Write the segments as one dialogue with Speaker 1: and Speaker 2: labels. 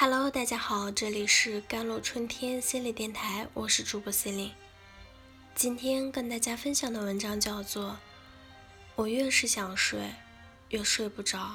Speaker 1: Hello，大家好，这里是甘露春天心理电台，我是主播心灵。今天跟大家分享的文章叫做《我越是想睡，越睡不着》。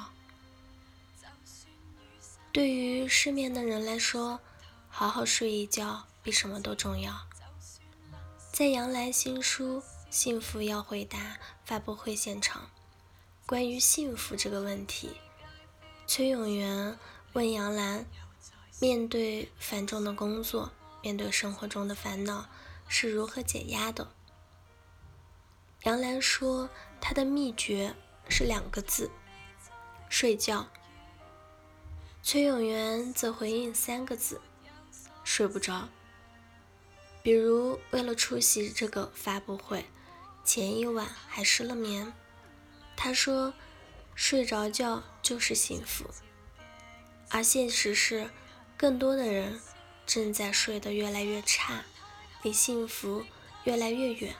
Speaker 1: 对于失眠的人来说，好好睡一觉比什么都重要。在杨澜新书《幸福要回答》发布会现场，关于幸福这个问题，崔永元问杨澜，面对繁重的工作，面对生活中的烦恼，是如何解压的？杨澜说，她的秘诀是2个字：睡觉。崔永元则回应3个字：睡不着。比如，为了出席这个发布会，前一晚还失了眠。他说，睡着觉就是幸福。而现实是，更多的人正在睡得越来越差，离幸福越来越远。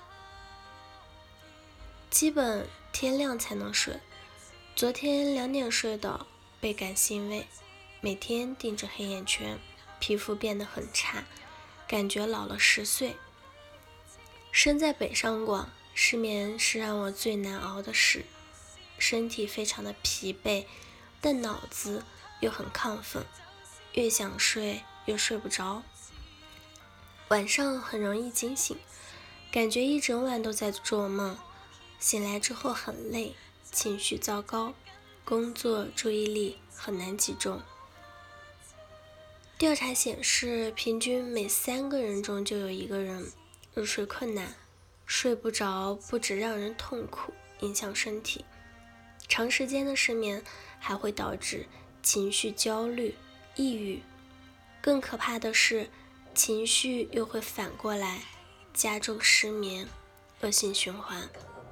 Speaker 1: 基本天亮才能睡，昨天2点睡的倍感欣慰，每天盯着黑眼圈，皮肤变得很差，感觉老了10岁。身在北上广，失眠是让我最难熬的事，身体非常的疲惫，但脑子又很亢奋，越想睡越睡不着，晚上很容易惊醒，感觉一整晚都在做梦，醒来之后很累，情绪糟糕，工作注意力很难集中。调查显示，平均每3个人中就有1个人入睡困难。睡不着不只让人痛苦，影响身体，长时间的失眠还会导致情绪焦虑、抑郁。更可怕的是，情绪又会反过来加重失眠，恶性循环。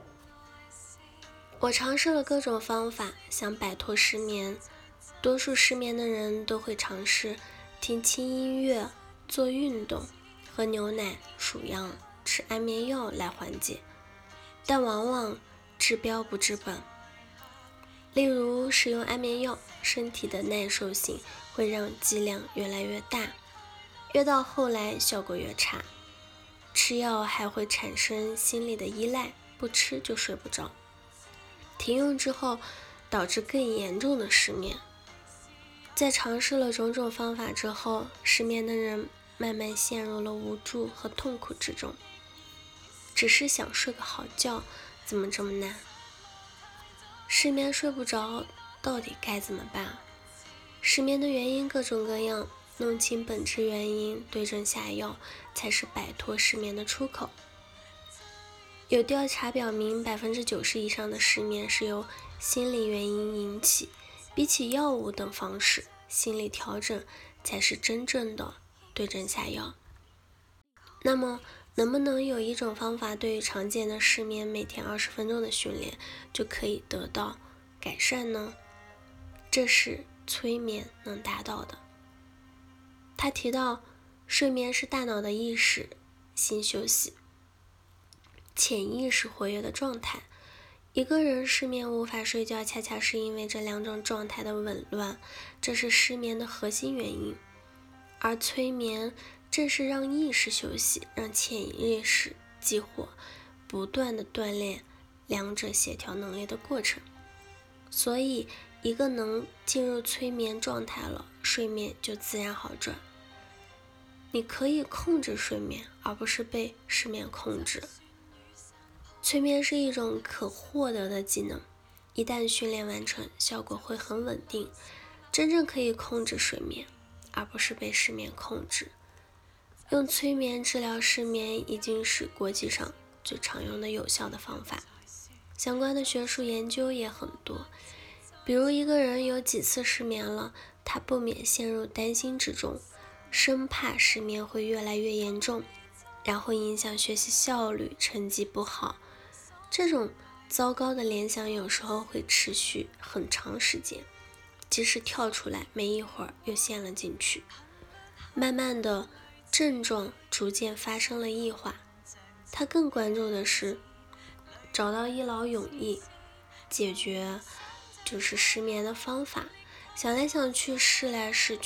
Speaker 1: 我尝试了各种方法，想摆脱失眠。多数失眠的人都会尝试听轻音乐、做运动、喝牛奶、数羊、吃安眠药来缓解，但往往治标不治本。例如，使用安眠药，身体的耐受性会让剂量越来越大，越到后来效果越差。吃药还会产生心理的依赖，不吃就睡不着。停用之后，导致更严重的失眠。在尝试了种种方法之后，失眠的人慢慢陷入了无助和痛苦之中。只是想睡个好觉，怎么这么难？失眠睡不着，到底该怎么办？失眠的原因各种各样，弄清本质原因，对症下药，才是摆脱失眠的出口。有调查表明，90%以上的失眠是由心理原因引起，比起药物等方式，心理调整才是真正的对症下药。那么，能不能有一种方法，对于常见的失眠，每天20分钟的训练就可以得到改善呢？这是催眠能达到的。他提到，睡眠是大脑的意识性休息、潜意识活跃的状态。一个人失眠无法睡觉，恰恰是因为这2种状态的紊乱，这是失眠的核心原因。而催眠正是让意识休息，让潜意识激活，不断的锻炼2者协调能力的过程。所以，一个能进入催眠状态了，睡眠就自然好转。你可以控制睡眠，而不是被失眠控制。催眠是一种可获得的技能，一旦训练完成，效果会很稳定。真正可以控制睡眠，而不是被失眠控制。用催眠治疗失眠已经是国际上最常用的有效的方法，相关的学术研究也很多。比如一个人有几次失眠了，他不免陷入担心之中，生怕失眠会越来越严重，然后影响学习效率，成绩不好。这种糟糕的联想有时候会持续很长时间，即使跳出来，没一会儿又陷了进去。慢慢的，症状逐渐发生了异化。他更关注的是找到一劳永逸解决失眠的方法，想来想去，试来试去，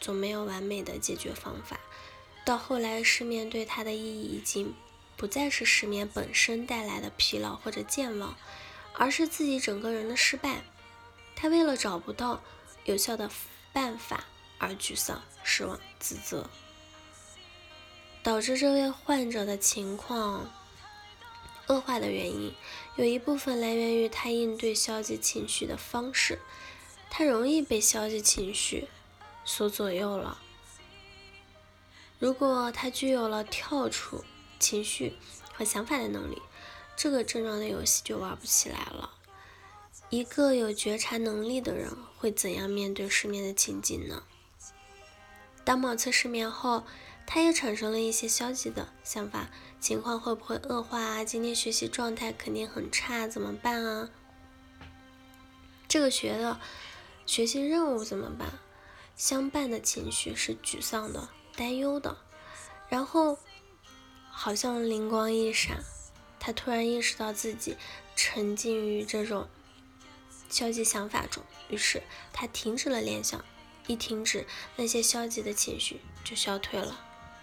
Speaker 1: 总没有完美的解决方法。到后来，失眠对他的意义已经不再是失眠本身带来的疲劳或者健忘，而是自己整个人的失败。他为了找不到有效的办法而沮丧、失望、自责，导致这位患者的情况恶化的原因，有一部分来源于他应对消极情绪的方式。他容易被消极情绪所左右了。如果他具有了跳出情绪和想法的能力，这个症状的游戏就玩不起来了。一个有觉察能力的人会怎样面对失眠的情景呢？当某次失眠后，他也产生了一些消极的想法，情况会不会恶化啊？今天学习状态肯定很差，怎么办啊？这个学习任务怎么办？相伴的情绪是沮丧的、担忧的。然后好像灵光一闪，他突然意识到自己沉浸于这种消极想法中，于是他停止了联想，一停止，那些消极的情绪就消退了。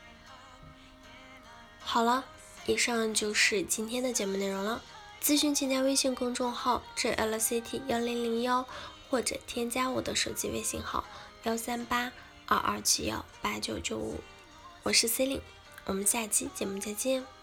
Speaker 1: 好了，以上就是今天的节目内容了。咨询请加微信公众号JLCT1001，或者添加我的手机微信号13822718995。我是 Celine，我们下期节目再见。